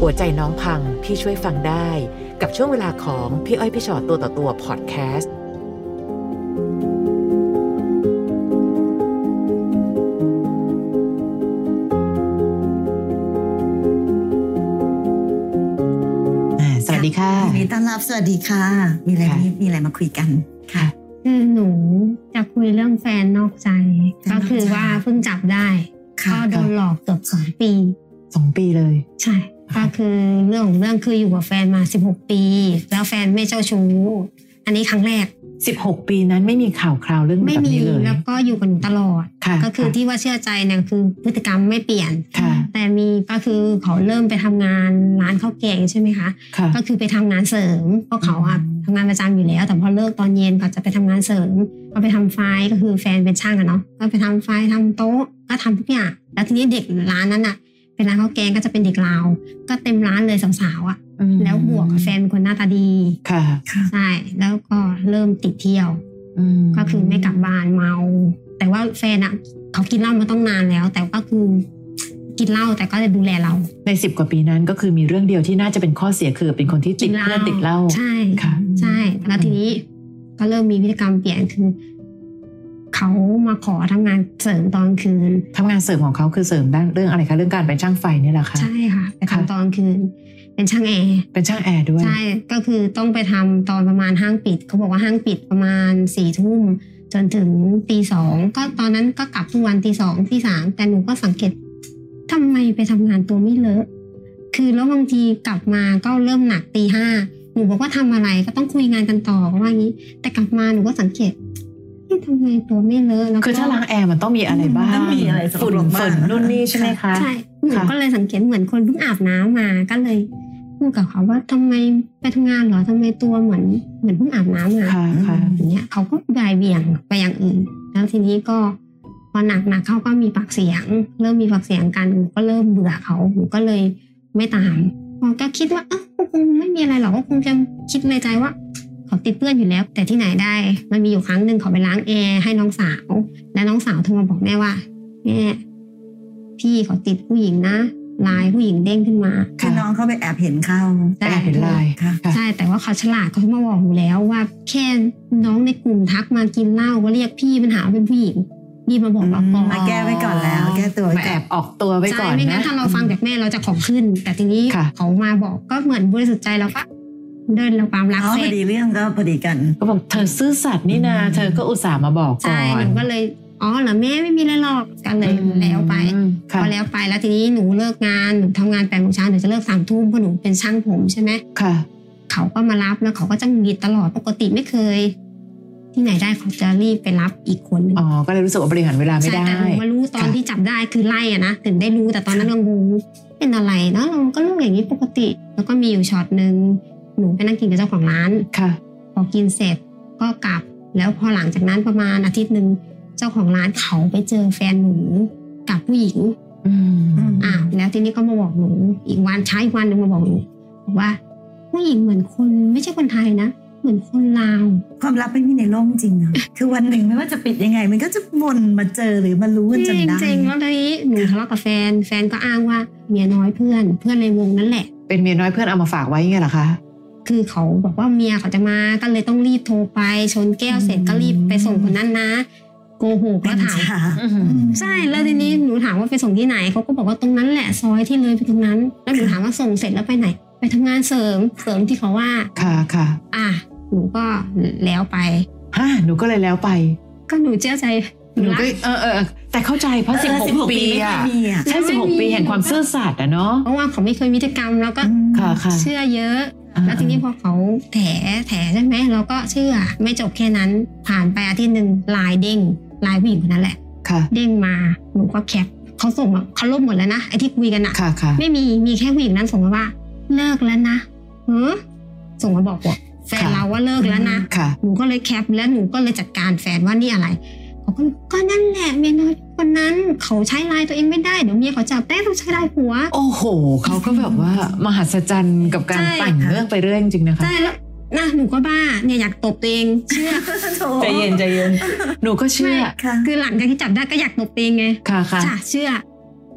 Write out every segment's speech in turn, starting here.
หัวใจน้องพังพี่ช่วยฟังได้กับช่วงเวลาของพี่อ้อยพี่ชอตตัวต่อตัวพอดแคสต์สวัสดีค่ะยินดีต้อนรับสวัสดีค่ะมีอะไรมาคุยกันค่ะคือหนูจะคุยเรื่องแฟนนอกใจก็คือว่าเพิ่งจับได้ก็โดนหลอกเกือบ2 ปี 2 ปีเลยใช่ก็คือเรื่องคืออยู่กับแฟนมา16 ปีแล้วแฟนไม่เจ้าชู้อันนี้ครั้งแรก 16 ปีนั้นไม่มีข่าวคราวเรื่องแบบนี้เลยแล้วก็อยู่กับหนูตลอดก็คือที่ว่าเชื่อใจเนี่ยคือพฤติกรรมไม่เปลี่ยนแต่มีก็คือเขาเริ่มไปทำงานร้านข้าวแกงใช่ไหมคะก็คือไปทำงานเสริมเพราะเขาทำงานประจำอยู่แล้วแต่พอเลิกตอนเย็นเขาจะไปทำงานเสริมก็ไปทำไฟก็คือแฟนเป็นช่างอะเนาะก็ไปทำไฟทำโต๊ะก็ทำทุกอย่างแล้วทีนี้เด็กร้านนั้นอะเป็นร้านข้าวแกงก็จะเป็นเด็กลาวก็เต็มร้านเลยสาวๆอะแล้วบวกกับแฟนเป็นคนหน้าตาดีใช่แล้วก็เริ่มติดเที่ยวก็คือไม่กลับบ้านเมาแต่ว่าแฟนอะเขากินเหล้ามาต้องนานแล้วแต่ก็คือกินเหล้าแต่ก็จะดูแลเราใน10 กว่าปีนั้นก็คือมีเรื่องเดียวที่น่าจะเป็นข้อเสียคือเป็นคนที่ติดเพื่อนติดเหล้าใช่ค่ะใช่แล้วทีนี้ก็เริ่มมีพฤติกรรมเปลี่ยนคือเขามาขอทำงานเสริมตอนคืนทำงานเสริมของเขาคือเสริมด้านเรื่องอะไรคะเรื่องการเป็นช่างไฟนี่แหละคะใช่ค่ะไปทำตอนคืนเป็นช่างแอร์เป็นช่างแอร์ด้วยใช่ก็คือต้องไปทำตอนประมาณห้างปิดเขาบอกว่าห้างปิดประมาณ4 ทุ่มจนถึงตี 2ก็ตอนนั้นก็กลับทุกวันตี 2ตี 3แต่หนูก็สังเกตทำไมไปทำงานตัวไม่เลอะคือแล้วบางทีกลับมาก็เริ่มหนักตี 5หนูบอกว่าทำอะไรก็ต้องคุยงานกันต่อก็ว่างี้แต่กลับมาหนูก็สังเกตทำไมตัวไม่เลอะแล้วคือถ้าล้างแอร์มันต้องมีอะไรบ้างต้องมีอะไรฝุ่นนู่นนี่ใช่ไหมคะใช่หนูก็เลยสังเกตเหมือนคนเพิ่งอาบน้ำมาก็เลยพูดกับเขาว่าทำไมไปทำงานเหรอทำไมตัวเหมือนเพิ่งอาบน้ำมาอย่างเงี้ยเขาก็บ่ายเบี่ยงไปอย่างอื่นแล้วทีนี้ก็พอหนักเขาก็มีปากเสียงเริ่มมีปากเสียงกันหนูก็เริ่มเบื่อเขาหนูก็เลยไม่ตามพอก็คิดว่าคงไม่มีอะไรหรอกก็คงจะคิดในใจว่าเขาติดเพื่อนอยู่แล้วแต่ที่ไหนได้มันมีอยู่ครั้งหนึ่งเขาไปล้างแอร์ให้น้องสาวและน้องสาวโทรมาบอกแม่ว่าแม่พี่เขาติดผู้หญิงนะไลน์ผู้หญิงเด้งขึ้นมาคือน้องเขาไปแอบเห็นเข้าแอบเห็นไลน์ใช่แต่ว่าเขาฉลาดเขามาบอกอยู่แล้วว่าแค่น้องในกลุ่มทักมากินเหล้าก็เรียกพี่ปัญหาเป็นผู้หญิงนี่มาบอกเราก่อนมาแก้ไว้ก่อนแล้วแก้ตัวมาแอบออกตัวไว้ก่อนนะไม่งั้นถ้าเราฟังจากแม่เราจะของขึ้นแต่ทีนี้เขามาบอกก็เหมือนบริสุทธิ์ใจเราก็เดินเราความรักพอดีเรื่องก็พอดีกันก็บอกเธอซื่อสัตย์นี่นาเธอก็อุตส่าห์มาบอกก่อนใช่หนูก็เลยเหรอแม่ไม่มีอะไรหรอกกันเลยแล้วไปพอแล้วไปแล้วทีนี้หนูเลิกงานหนูทำงาน8 โมงเช้าหนูจะเลิก3 ทุ่มเพราะหนูเป็นช่างผมใช่ไหมค่ะเขาก็มารับแล้วเขาก็จะหงุดหงิดตลอดปกติไม่เคยที่ไหนได้เขาจะรีบไปรับอีกคนนึงก็เลยรู้สึกว่าบริหารเวลาไม่ได้ใช่แต่หนูมารู้ตอนที่จับได้คือไล่อะนะถึงได้รู้แต่ตอนนั้นเรางงเป็นอะไรเนาะเราก็ลูกอย่างนี้ปกติแล้วก็มีอยู่ช็อตนึงหนูไปนั่งกินกับเจ้าของร้านค่ะพอกินเสร็จก็กลับแล้วพอหลังจากนั้นประมาณอาทิตย์นึงเจ้าของร้านเขาไปเจอแฟนหนูกับผู้หญิงแล้วทีนี้ก็มาบอกหนูอีกวันนึงมาบอกหนูบอกว่าผู้หญิงเหมือนคนไม่ใช่คนไทยนะเหมือนคนลาวความลับไม่มีในโลกจริงนะ คือวันหนึ่งไม่ว่าจะปิดยังไงมันก็จะวนมาเจอหรือมารู้กันจนได้จริงๆแล้วทีนี้หนูทะเลาะกับแฟนก็อ้างว่าเมียน้อยเพื่อนในวงนั่นแหละเป็นเมียน้อยเพื่อนเอามาฝากไว้ไงเหรอคะคือเขาบอกว่าเมียเขาจะมาก็เลยต้องรีบโทรไปชนแก้วเสร็จก็รีบไปส่งคนนั้นนะโกหกแล้วถามใช่แล้วทีนี้หนูถามว่าไปส่งที่ไหนเขาก็บอกว่าตรงนั้นแหละซอยที่เลยไปตรงนั้นแล้วหนูถามว่าส่งเสร็จแล้วไปไหนไปทำงานเสริมที่เขาว่าค่ะหนูก็แล้วไปหนูก็เลยแล้วไปก็หนูเชื่อใจหนูก็แต่เข้าใจเพราะ16 ปีอะใช่16 ปีแห่งความซื่อสัตย์อะเนาะเพราะว่าเขาไม่เคยมีพฤติกรรมแล้วก็เชื่อเยอะแล้วทีนี้พอเขาแถใช่ไหมเราก็เชื่อไม่จบแค่นั้นผ่านไปอาทิตย์นึงไลน์เด้งไลน์ผู้หญิงคนนั้นแหละเด้งมาหนูก็แคปเขาส่งมาเขาลบหมดแล้วนะไอ้ที่คุยกันอะไม่มีแค่ผู้หญิงนั้นส่งมาว่าเลิกแล้วนะส่งมาบอกว่าแฟนเราว่าเลิกแล้วนะหนูก็เลยแคปแล้วหนูก็เลยจัดการแฟนว่านี่อะไรเขาก็นั่นแหละเมียน้อยคนนั้นเขาใช้ไลน์ตัวเองไม่ได้เดี๋ยวเมียเขาจับได้ต้องใช้ไลน์ผัวโอ้โหเขาก็แบบว่ามหัศจรรย์กับการแต่งเรื่องไปเรื่อยจริงๆนะคะใช่แล้วนะหนูก็บ้าเนี่ยอยากตบตัวเองเชื่อใจเย็นหนูก็เชื่อคือหลังจากที่จับได้ก็อยากตบตัวเองไงค่ะเชื่อ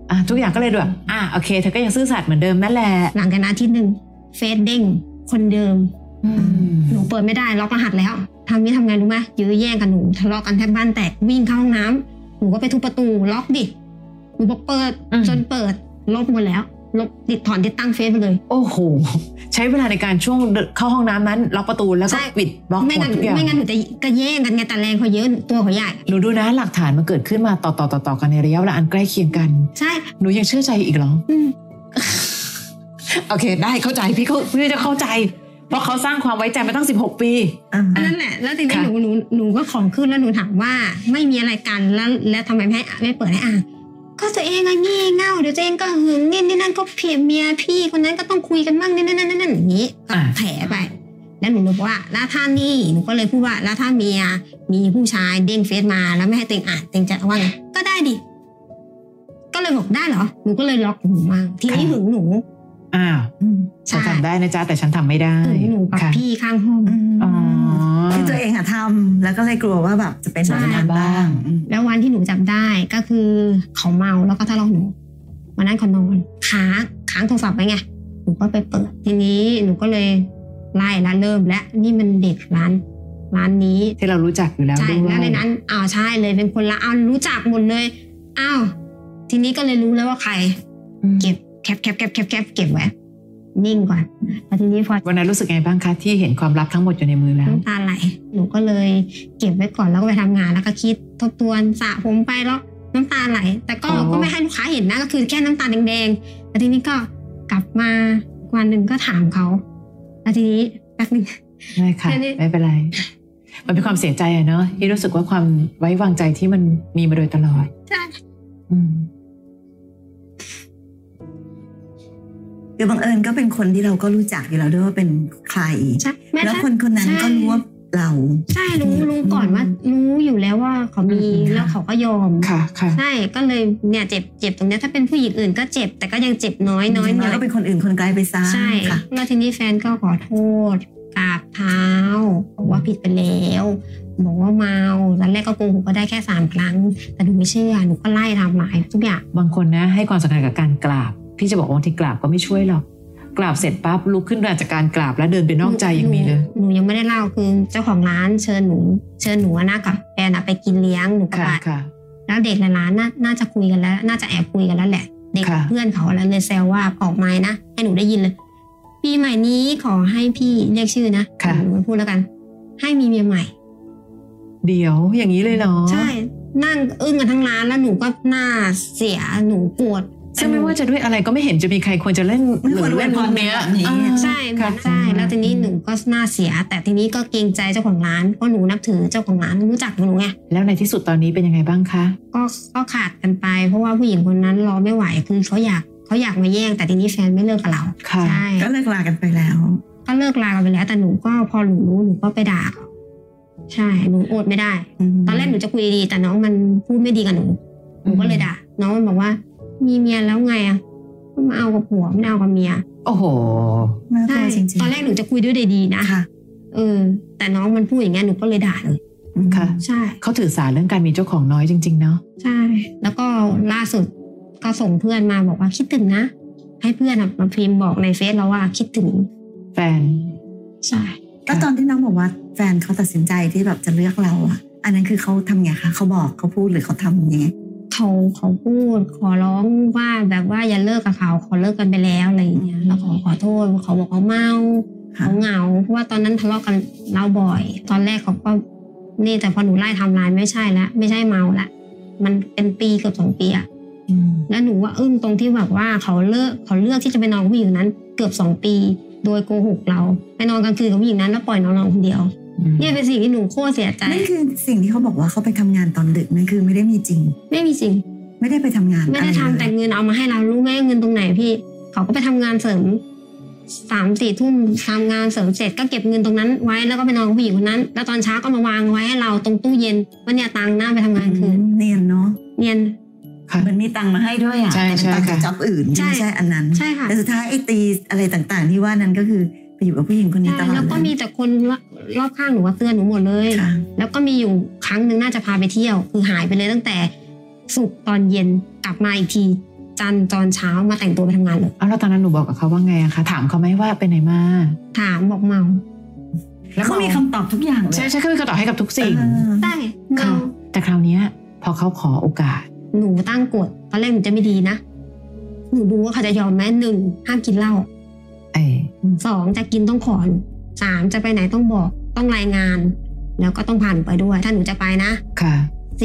ทุกอย่างก็เลยแบบโอเคเธอก็ยังซื่อสัตย์เหมือนเดิมนั่นแหละหลังจากนั้นอาทิตย์นึงเฟซเด้งคนเดิมหนูเปิดไม่ได้ล็อกรหัสแล้วทำไงรู้ไหมยื้อแย่งกันหนูทะเลาะกันแทบบ้านแตกวิ่งเข้าห้องน้ำหนูก็ไปทุบประตูล็อกดิหนูบอกเปิดจนเปิดลบหมดแล้วลบถอนติดตั้งเฟซไปเลยโอ้โหใช้เวลาในการช่วงเข้าห้องน้ำนั้นล็อกประตูแล้วก็ปิดบล็อกหมดทุกอย่างไม่งั้นหนูจะกระแย่งกันไงแต่แรงเขาเยอะตัวเขาใหญ่หนูดูนะหลักฐานมันเกิดขึ้นมาต่อกันในระยะเวลาอันใกล้เคียงกันใช่หนูยังเชื่อใจอีกเหรอโอเคได้เข้าใจพี่จะเข้าใจเพราะเขาสร้างความไว้ใจมาตั้ง16 ปีนั่นแหละแล้วทีนี้หนูก็ของขึ้นแล้วหนูถามว่าไม่มีอะไรกันแล้วทำไมไม่เปิดให้ก็ตัวเองงี่เง่าเดี๋ยวตัวเองก็หึงนี่นั่นก็เพียเมียพี่คนนั้นก็ต้องคุยกันบ้างนี่อย่างนี้ก็แถไปแล้วหนูบอกว่าแล้วถ้านี่หนูก็เลยพูดว่าแล้วถ้าเมียมีผู้ชายเด้งเฟซมาแล้วไม่ให้ตัวเองอ่านตัวเองจะว่าไงก็ได้ดิก็เลยบอกได้เหรอหนูก็เลยล็อกหนูมาทีนี้หึงหนูฉันทำได้นะจ๊ะแต่ฉันทำไม่ได้หนูกับพี่ข้างห้องที่ตัวเองทำแล้วก็เลยกลัวว่าแบบจะเป็นแบบนั้นบ้างแล้ววันที่หนูจับได้ก็คือเขาเมาแล้วก็ทะเลาะหนูวันนั้นเขานอนค้างโทรศัพท์ไว้ไงหนูก็ไปเปิดทีนี้หนูก็เลยไล่ละเริ่มและนี่มันเด็กร้านนี้ที่เรารู้จักอยู่แล้วใช่แล้วในนั้นใช่เลยเป็นคนละรู้จักหมดเลยทีนี้ก็เลยรู้แล้วว่าใครเก็บแคปเก็บไว้นิ่งก่อนแล้วทีนี้พอวันนั้นรู้สึกไงบ้างคะที่เห็นความลับทั้งหมดอยู่ในมือแล้วน้ำตาไหลหนูก็เลยเก็บไว้ก่อนแล้วก็ไปทำงานแล้วก็คิดทบทวนสระผมไปแล้วน้ำตาไหลแต่ก็ไม่ให้ลูกค้าเห็นนะก็คือแค่น้ำตาแดงๆแล้วทีนี้ก็กลับมาวันหนึ่งก็ถามเขาแล้วทีนี้แป๊บนึงไม่ค่ะไม่เป็นไรมันเป็นความเสียใจเนาะที่รู้สึกว่าความไว้วางใจที่มันมีมาโดยตลอดใช่คือบังเอิญก็เป็นคนที่เราก็รู้จักอยู่แล้วด้วยว่าเป็นใครแล้วคนนั้นก็รู้ว่าเราใช่รู้ก่อนว่ารู้อยู่แล้วว่าเขามีแล้วเขาก็ยอมใช่ก็เลยเนี่ยเจ็บตรงนี้ถ้าเป็นผู้หญิงอื่นก็เจ็บแต่ก็ยังเจ็บน้อยก็เป็นคนอื่นคนไกลไปซะใช่แล้วทีนี้แฟนก็ขอโทษกราบเท้าบอกว่าผิดไปแล้วบอกว่าเมาตอนแรกก็โกหกก็ได้แค่3 ครั้งแต่หนูไม่เชื่อหนูก็ไล่ทำหลายทุกอย่างบางคนนะให้ความสำคัญกับการกราบพี่จะบอกว่าบางทีกราบก็ไม่ช่วยหรอกกราบเสร็จปั๊บลุกขึ้นมาจากการกราบแล้วเดินไปนอกใจยังมีเลยหนูยังไม่ได้เล่าคือเจ้าของร้านเชิญหนูนะกับแฟนไปกินเลี้ยงหนูกับบ้านแล้วเด็กในร้านน่าจะคุยกันแล้วน่าจะแอบคุยกันแล้วแหละเด็กเพื่อนเขาแล้วเลยแซวว่าออกไม้นะให้หนูได้ยินเลยปีใหม่นี้ขอให้พี่เรียกชื่อนะหนูพูดแล้วกันให้มีเมียใหม่เดี๋ยวอย่างนี้เลยเหรอใช่นั่งอึ้งกันทั้งร้านแล้วหนูก็หน้าเสียหนูปวดซึ่งไม่ว่าจะด้วยอะไรก็ไม่เห็นจะมีใครควรจะเล่นหรือเล่นพวกนี้ใช่แล้วทีนี้หนูก็หน้าเสียแต่ทีนี้ก็เกรงใจเจ้าของร้านเพราะหนูนับถือเจ้าของร้านรู้จักหนูไงแล้วในที่สุดตอนนี้เป็นยังไงบ้างคะก็ขาดกันไปเพราะว่าผู้หญิงคนนั้นรอไม่ไหวคือเขาอยากมาแย่งแต่ทีนี้แฟนไม่เลิกกับเราใช่ก็เลิกลากันไปแล้วก็เลิกลากันไปแล้วแต่หนูก็พอหนูรู้หนูก็ไปด่าเขาใช่หนูอดไม่ได้ตอนแรกหนูจะคุยดีแต่น้องมันพูดไม่ดีกับหนูก็เลยด่าน้องมันบอกว่ามีเมียแล้วไงก็มาเอากับผัวไม่เอากับเมียโอ้โหใช่ตอนแรกหนูจะคุยด้วยดีๆนะแต่น้องมันพูดอย่างเงี้ยหนูก็เลยด่าเลยค่ะใช่เขาถือสาเรื่องการมีเจ้าของน้อยจริงๆเนาะใช่แล้วก็ล่าสุดก็ส่งเพื่อนมาบอกว่าคิดถึงนะให้เพื่อนมาพิมพ์บอกในเฟซเราว่าคิดถึงแฟนใช่แล้วตอนที่น้องบอกว่าแฟนเขาตัดสินใจที่แบบจะเลือกเราอันนั้นคือเขาทำไงคะเขาบอกเขาพูดหรือเขาทำยังไงเขาพูดขอร้องว่าแบบว่าอย่าเลิกกับเขาขอเลิกกันไปแล้วอะไรอย่างเงี้ยแล้วขอโทษเขาบอกเขาเมาเขาเหงาเพราะว่าตอนนั้นทะเลาะกันเราบ่อยตอนแรกเขาก็นี่แต่พอหนูไล่ทำลายไม่ใช่แล้วไม่ใช่เมาละมันเป็นปีเกือบ2 ปีอะแล้วหนูว่าอึ้งตรงที่แบบว่าเขาเลือกที่จะไปนอนกับผู้หญิงนั้นเกือบ2 ปีโดยโกหกเราไปนอนกลางคืนกับผู้หญิงนั้นแล้วปล่อยน้องคนเดียวนี่เป็นสิ่งที่หนูโคตรเสียใจนั่นคือสิ่งที่เขาบอกว่าเขาไปทำงานตอนดึกนั่นคือไม่ได้มีจริงไม่มีจริงไม่ได้ไปทำงานไม่ได้ทำแต่เงินเอามาให้เรารู้ไหมเงินตรงไหนพี่เขาก็ไปทำงานเสริม3-4 ทุ่มทำงานเสริมเสร็จก็เก็บเงินตรงนั้นไว้แล้วก็ไปนอนกับผู้หญิงคนนั้นแล้วตอนเช้าก็มาวางไว้ให้เราตรงตู้เย็นว่าเนี่ยตังค์หน้าไปทำงานคืนเนียนเนาะเนียนมันมีตังค์มาให้ด้วยแต่เป็นตังค์จากจ็อบอื่นไม่ใช่อันนั้นแต่สุดท้ายไอ้ตีอะไรต่างๆที่ว่านั้นก็คือไปอยู่กับผู้หญิงคนนี้ตลอดแล้วก็มีแต่คนรอบข้างหนูว่าเตือนหนูหมดเลยแล้วก็มีอยู่ครั้งนึงน่าจะพาไปเที่ยวคือหายไปเลยตั้งแต่ศุกร์ตอนเย็นกลับมาอีกทีจันทร์ตอนเช้ามาแต่งตัวไปทำงานเลยแล้วตอนนั้นหนูบอกกับเขาว่าไงคะถามเขาไหมว่าไปไหนมาถามบอกเมาแล้วเขามีคำตอบทุกอย่างใช่เขามีคำตอบให้กับทุกสิ่งได้เมาแต่คราวนี้พอเขาขอโอกาสหนูตั้งกฎตอนแรกหนูจะไม่ดีนะหนูดูว่าเขาจะยอมไหม1ห้ามกินเหล้า2จะกินต้องขอ3จะไปไหนต้องบอกต้องรายงานแล้วก็ต้องผ่านไปด้วยถ้าหนูจะไปนะค่ะ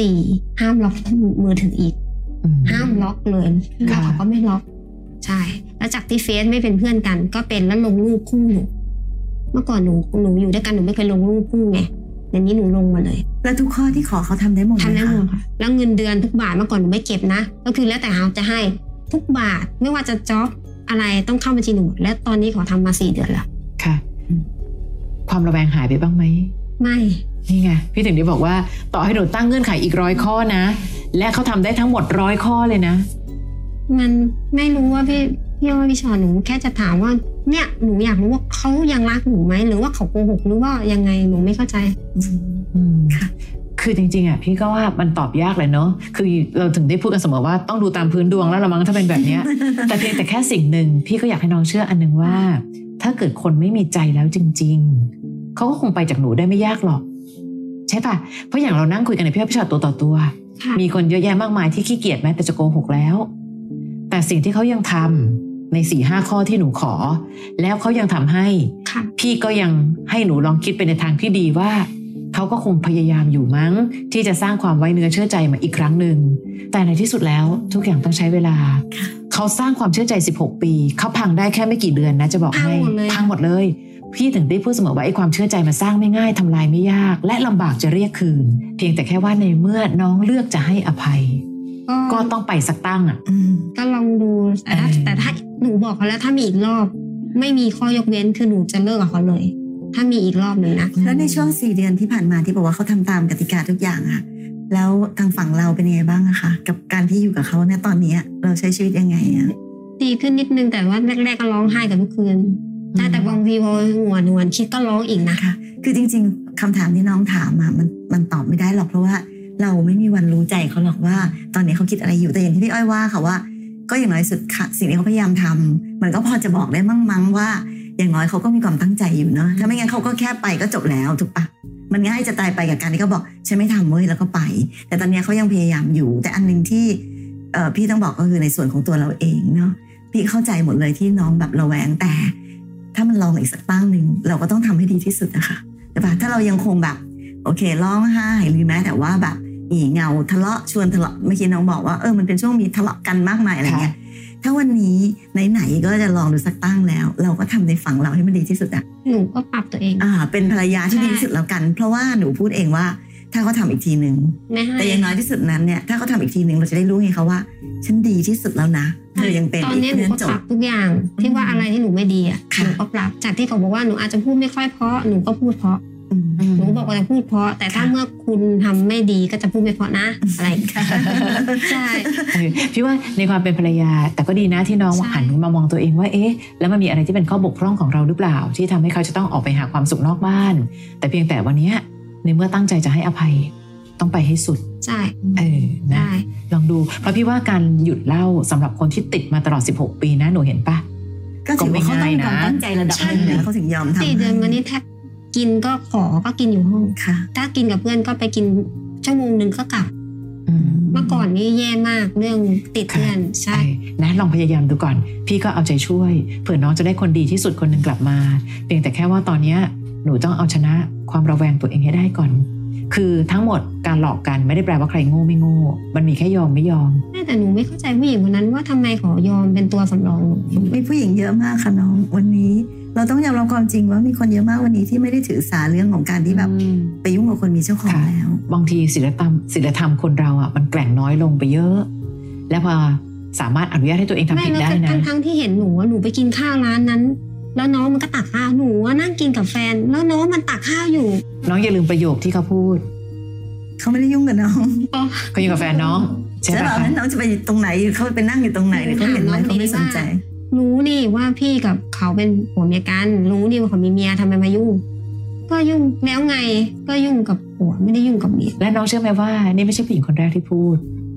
4ห้ามล็อกมือถืออีกห้ามล็อกเลยแล้วเขาก็ไม่ล็อกใช่แล้วจากที่เฟซไม่เป็นเพื่อนกันก็เป็นแล้วลงรูปคู่หนูเมื่อก่อนหนูอยู่ด้วยกันหนูไม่เคยลงรูปคู่ไงเดี๋ยวนี้หนูลงมาเลยแล้วทุกข้อที่ขอเขาทำได้หมดทำได้หมดค่ะแล้วเงินเดือนทุกบาทเมื่อก่อนหนูไม่เก็บนะก็คือแล้วแต่เขาจะให้ทุกบาทไม่ว่าจะจ็อบอะไรต้องเข้าบัญชีหนูและตอนนี้ขอทำมา4 เดือนแล้วค่ะความระแวงหายไปบ้างไหมไม่นี่ไงพี่ถึงได้บอกว่าต่อให้หนูตั้งเงื่อนไขอีก100 ข้อนะและเขาทำได้ทั้งหมด100 ข้อเลยนะมันไม่รู้ว่าพี่ชอหนูแค่จะถามว่าเนี่ยหนูอยากรู้ว่าเขายังรักหนูไหมหรือว่าเขาโกหกหรือว่ายังไงหนูไม่เข้าใจค่ะคือจริงๆพี่ก็ว่ามันตอบยากเลยเนาะคือเราถึงได้พูดกันเสมอว่าต้องดูตามพื้นดวงแล้วละมั้งถ้าเป็นแบบนี้ แต่เพียงแต่แค่สิ่งหนึ่งพี่ก็อยากให้น้องเชื่ออันนึงว่าถ้าเกิดคนไม่มีใจแล้วจริงๆเขาก็คงไปจากหนูได้ไม่ยากหรอกใช่ป่ะเพราะอย่างเรานั่งคุยกันในพี่ชอตตัวต่อตัวมีคนเยอะแยะมากมายที่ขี้เกียจแม้แต่จะโกหกแล้วแต่สิ่งที่เขายังทำใน 4-5 ข้อที่หนูขอแล้วเขายังทำให้พี่ก็ยังให้หนูลองคิดไปในทางที่ดีว่าเขาก็คงพยายามอยู่มั้งที่จะสร้างความไว้เนื้อเชื่อใจมาอีกครั้งหนึ่งแต่ในที่สุดแล้วทุกอย่างต้องใช้เวลาเขาสร้างความเชื่อใจ16 ปีเขาพังได้แค่ไม่กี่เดือนนะจะบอกให้พังหมดเลยพี่ถึงได้พูดเสมอว่าไอ้ความเชื่อใจมันสร้างไม่ง่ายทำลายไม่ยากและลำบากจะเรียกคืนเพียงแต่แค่ว่าในเมื่อน้องเลือกจะให้อภัยก็ต้องไปสักตั้งก็ลองดูแต่ถ้าหนูบอกเขาแล้วถ้ามีอีกรอบไม่มีข้อยกเว้นคือหนูจะเลิกกับเขาเลยถ้ามีอีกรอบนึงนะแล้วในช่วง4 เดือนที่ผ่านมาที่บอกว่าเขาทำตามกติกาทุกอย่างอะแล้วทางฝั่งเราเป็นยังไงบ้างอะคะกับการที่อยู่กับเขาเนี่ยตอนนี้เราใช้ชีวิตยังไงอะดีขึ้นนิดนึงแต่ว่าแรกๆก็ร้องไห้กันทุกคืนแต่บางทีพอหัวนวลคิดก็ร้องอีกนะคะคือจริงๆคำถามที่น้องถามอะมันตอบไม่ได้หรอกเพราะว่าเราไม่มีวันรู้ใจเขาหรอกว่าตอนนี้เขาคิดอะไรอยู่แต่อย่างที่พี่อ้อยว่าค่ะว่าก็อย่างน้อยสุดสิ่งที่เขาพยายามทำมันก็พอจะบอกได้มั้งว่าอย่างน้อยเขาก็มีความตั้งใจอยู่เนาะถ้าไม่งั้นเขาก็แค่ไปก็จบแล้วถูกปะมันง่ายจะตายไปกับการที่เขาบอกฉันไม่ทำเว้ยแล้วก็ไปแต่ตอนนี้เขายังพยายามอยู่แต่อันนึงที่พี่ต้องบอกก็คือในส่วนของตัวเราเองเนาะพี่เข้าใจหมดเลยที่น้องแบบระแวงแต่ถ้ามันลองอีกสักตั้งนึงเราก็ต้องทำให้ดีที่สุดนะคะแต่ป่ะถ้าเรายังคงแบบโอเคร้องไห้หรือแม้แต่ว่าแบบอีเงาทะเลาะชวนทะเลาะเมื่อกี้น้องบอกว่ามันเป็นช่วงมีทะเลาะกันมากมายอะไรเงี้ยถ้าวันนี้ไหนๆก็จะลองดูสักตั้งแล้วเราก็ทำในฝั่งเราให้มันดีที่สุดอะหนูก็ปรับตัวเองเป็นภรรยาที่ดีที่สุดแล้วกันเพราะว่าหนูพูดเองว่าถ้าเขาทำอีกทีนึงแต่อย่างน้อยที่สุดนั้นเนี่ยถ้าเขาทำอีกทีนึงเราจะได้รู้ไงเขาว่าฉันดีที่สุดแล้วนะเธอยังเป็นตอนนี้หนูก็ปรับทุกอย่างที่ว่าอะไรที่หนูไม่ดีหนูก็ปรับจากที่เขาบอกว่าหนูอาจจะพูดไม่ค่อยเพราะหนูก็พูดเพราะหนูบอกว่าจะพูดเพราะแต่ถ้าเมื่อคุณทำไม่ดีก็จะพูดไม่เพราะนะอะไรใช่พี่ว่าในความเป็นภรรยาแต่ก็ดีนะที่น้องหันมามองตัวเองว่าแล้วมันมีอะไรที่เป็นข้อบกพร่องของเราหรือเปล่าที่ทำให้เขาจะต้องออกไปหาความสุขนอกบ้านแต่เพียงแต่วันนี้ในเมื่อตั้งใจจะให้อภัยต้องไปให้สุดใช่นะลองดูเพราะพี่ว่าการหยุดเหล้าสำหรับคนที่ติดมาตลอด16 ปีนะหนูเห็นปะก็ถือว่าเขาต้องมีความตั้งใจระดับนึงนะเขาถึงยอมทำ 4 เดือนมานี้แทบกินก็ก็กินอยู่ห้องถ้ากินกับเพื่อนก็ไปกินชั่วโมงนึงก็กลับเมื่อก่อนนี่แย่มากเรื่องติดเพื่อนใช่นะลองพยายามดูก่อนพี่ก็เอาใจช่วยเผื่อน้องจะได้คนดีที่สุดคนนึงกลับมาเพียงแต่แค่ว่าตอนนี้หนูต้องเอาชนะความระแวงตัวเองให้ได้ก่อนคือทั้งหมดการหลอกกันไม่ได้แปลว่าใครโง่ไม่โง่มันมีแค่ยอมไม่ยอมแต่หนูไม่เข้าใจผู้หญิงคนนั้นว่าทำไมขอยอมเป็นตัวสำรองมีผู้หญิงเยอะมากค่ะน้องวันนี้เราต้องยอมรับความจริงว่ามีคนเยอะมากวันนี้ที่ไม่ได้ถือสาเรื่องของการที่แบบไปยุ่งกับคนมีเจ้าของแล้วบางทีศีลธรรมคนเรามันแกร่งน้อยลงไปเยอะแล้วพอสามารถอนุญาตให้ตัวเองทำผิดได้นะทั้งที่เห็นหนูไปกินข้าวร้านนั้นแล้วน้องมันก็ตักข้าวหนูนั่งกินกับแฟนแล้วน้องมันตักข้าวอยู่น้องอย่าลืมประโยคที่เขาพูดเขาไม่ได้ยุ่งกับน้องเขาอยู่กับแฟนน้องใช่ป่ะน้องจะไปตรงไหนเขาไปนั่งอยู่ตรงไหนเขาเห็นไหมเขาไม่สนใจรู้นี่ว่าพี่กับเขาเป็นผัวเมียกันรู้นี่ว่าเขามีเมียทำไมมายุ่งก็ยุ่งแล้วไงก็ยุ่งกับผัวไม่ได้ยุ่งกับเมียและน้องเชื่อไหมว่านี่ไม่ใช่ผู้หญิงคนแรกที่พูด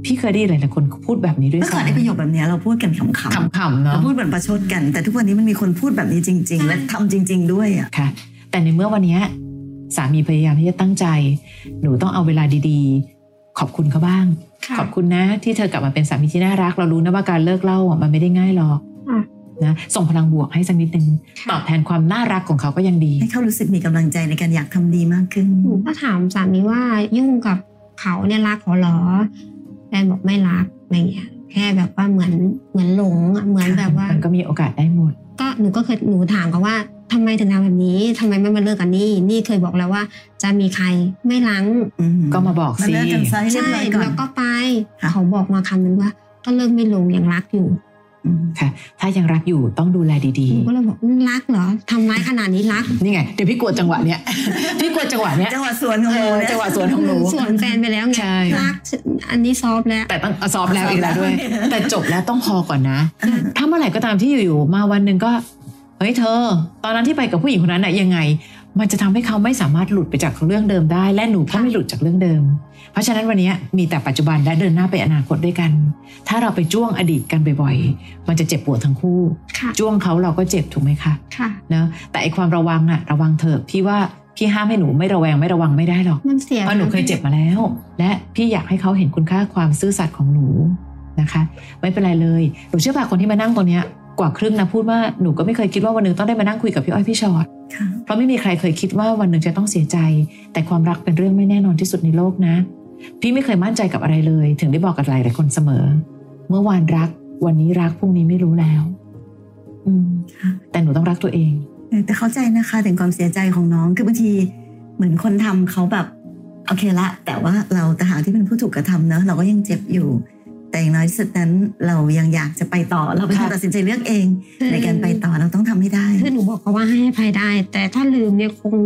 พี่เคยได้หลายๆคนพูดแบบนี้ด้วยซ้ำเมื่อก่อนในประโยคแบบนี้เราพูดกันขำๆเนาะเราพูดเหมือนประชดกันแต่ทุกวันนี้มันมีคนพูดแบบนี้จริงๆและทำจริงๆด้วยอ่ะค่ะแต่ในเมื่อวันนี้สามีพยายามที่จะตั้งใจหนูต้องเอาเวลาดีๆขอบคุณเขาบ้างขอบคุณนะที่เธอกลับมาเป็นสามีที่น่ารักเรารู้นะว่าการเลิกเล่ามันไม่ได้ง่ายหรอกนะส่งพลังบวกให้สักนิดนึงตอบแทนความน่ารักของเขาก็ยังดีให้เขารู้สึกมีกำลังใจในการอยากทำดีมากขึ้นหนูก็ถามสามีว่ายุ่งกับเขาเนี่ยรักเขาหรอแฟนบอกไม่รักอะไรเงี้ยแค่แบบว่าเหมือนหลงเหมือนแบบว่ามันก็มีโอกาสได้หมดก็หนูถามเขาว่าทำไมถึงทำแบบนี้ทำไมไม่มาเลิกกันนี่เคยบอกแล้วว่าจะมีใครไม่รั้งก็มาบอกสิใช่แล้วก็ไปเขาบอกมาคำนึงว่าก็เลิกไม่ลงยังรักอยู่ค่ะถ้ายังรักอยู่ต้องดูแลดีๆก็เลยบอกรักเหรอทำร้ายขนาดนี้รักนี่ไงเดี๋ยวพี่กลัวจังหวะเนี้ยพี่กลัวจังหวะเนี้ยจังหวะสวนของหนูจังหวะสวนของหนูสวนแฟนไปแล้วไงรักอันนี้ซอฟแล้วแต่ต้องซอฟแล้วอีกแล้วด้วยแต่จบแล้วต้องพอก่อนนะถ้าเมื่อไหร่ก็ตามที่อยู่ๆมาวันนึงก็เฮ้ยเธอตอนนั้นที่ไปกับผู้หญิงคนนั้นน่ะยังไงมันจะทำให้เขาไม่สามารถหลุดไปจากเรื่องเดิมได้และหนูก็ไม่หลุดจากเรื่องเดิมเพราะฉะนั้นวันนี้มีแต่ปัจจุบันและเดินหน้าไปอนาคตด้วยกันถ้าเราไปจ้วงอดีตกันบ่อยๆมันจะเจ็บปวดทั้งคู่จ้วงเขาเราก็เจ็บถูกไหมคะนะแต่ไอความระวังอะระวังเถอะพี่ว่าพี่ห้ามให้หนูไม่ระวังไม่ได้หรอกเพราะหนูเคยเจ็บมาแล้วและพี่อยากให้เขาเห็นคุณค่าความซื่อสัตย์ของหนูนะคะไม่เป็นไรเลยหนูเชื่อป่ะคนที่มานั่งตรงนี้กว่าครึ่งนะพูดว่าหนูก็ไม่เคยคิดว่าวันหนึ่งต้องได้มานั่งคุยกับพี่อ้อยพี่ชอตเพราะไม่มีใครเคยคิดว่าวันหนึ่งจะต้องเสียใจแต่ความรักเป็นเรื่องไม่แน่นอนที่สุดในโลกนะพี่ไม่เคยมั่นใจกับอะไรเลยถึงได้บอกกับหลายคนเสมอเมื่อวานรักวันนี้รักพรุ่งนี้ไม่รู้แล้วแต่หนูต้องรักตัวเองแต่เข้าใจนะคะถึงความเสียใจของน้องคือบางทีเหมือนคนทำเขาแบบโอเคละแต่ว่าเราแต่หากที่เป็นผู้ถูกกระทำเนอะเราก็ยังเจ็บอยู่แต่อย่างน้อยสุดนั้นเรายังอยากจะไปต่อเราเป็นคนตัดสินใจเลือกเองในการไปต่อเราต้องทำให้ได้คือหนูบอกเขาว่าให้อภัยได้แต่ถ้าลืมเนี่ยคง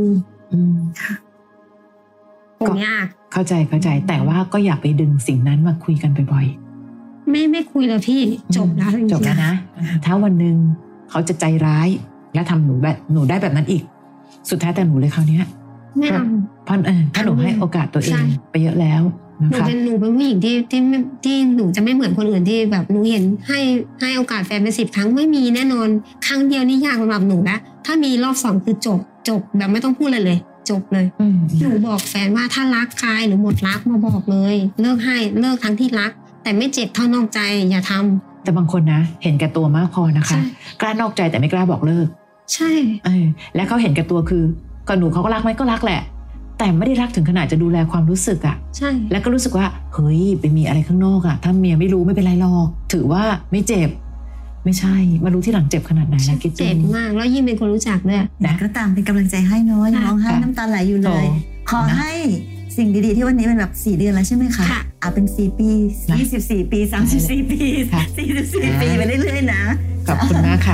ยากเข้าใจแต่ว่าก็อย่าไปดึงสิ่งนั้นมาคุยกันบ่อยๆไม่คุยแล้วพี่จบแล้วนะถ้าวันนึงเขาจะใจร้ายและทำหนูได้แบบนั้นอีกสุดท้ายแต่หนูเลยคราวนี้ไม่เอาเพราะหนูให้โอกาสตัวเองไปเยอะแล้วหนูเป็นผู้หญิงที่หนูจะไม่เหมือนคนอื่นที่แบบหนูเห็นให้โอกาสแฟนไป10 ครั้งไม่มีแน่นอนครั้งเดียวนี่ยากสำหรับหนูนะถ้ามีรอบ2คือจบแบบไม่ต้องพูดเลยจบเลยหนูบอกแฟนว่าถ้ารักใครหรือหมดรักมาบอกเลยเลิกทั้งที่รักแต่ไม่เจ็บเท่านอกใจอย่าทำแต่บางคนนะเห็นแก่ตัวมากพอนะคะกล้านอกใจแต่ไม่กล้าบอกเลิกใช่และเขาเห็นแก่ตัวคือก็หนูเขาก็รักไหมก็รักแหละแต่ไม่ได้รักถึงขนาดจะดูแลความรู้สึกใช่แล้วก็รู้สึกว่าเฮ้ยไปมีอะไรข้างนอกถ้าเมียไม่รู้ไม่เป็นไรหรอกถือว่าไม่เจ็บไม่ใช่มารู้ที่หลังเจ็บขนาดไหนนะคิดเจ็บมากแล้วยิ่งเป็นคนรู้จักด้วยแต่ก็ตามเป็นกำลังใจให้น้อยร้องไห้น้ำตาไหลอยู่เลยขอให้สิ่งดีๆที่วันนี้เป็นแบบ4 เดือนแล้วใช่ไหมคะเป็น4 ปี24 ปี34 ปี44 ปีไปเรื่อยๆนะขอบคุณมากค่ะ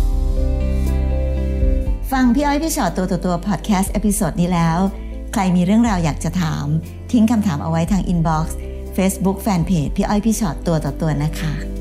ฟังพี่อ้อยพี่ชอตตัวพอดแคสต์เอพิโซดนี้แล้วใครมีเรื่องราวอยากจะถามทิ้งคำถามเอาไว้ทางอินบ็อกซ์ Facebook Fanpage พี่อ้อยพี่ชอตตัวนะคะ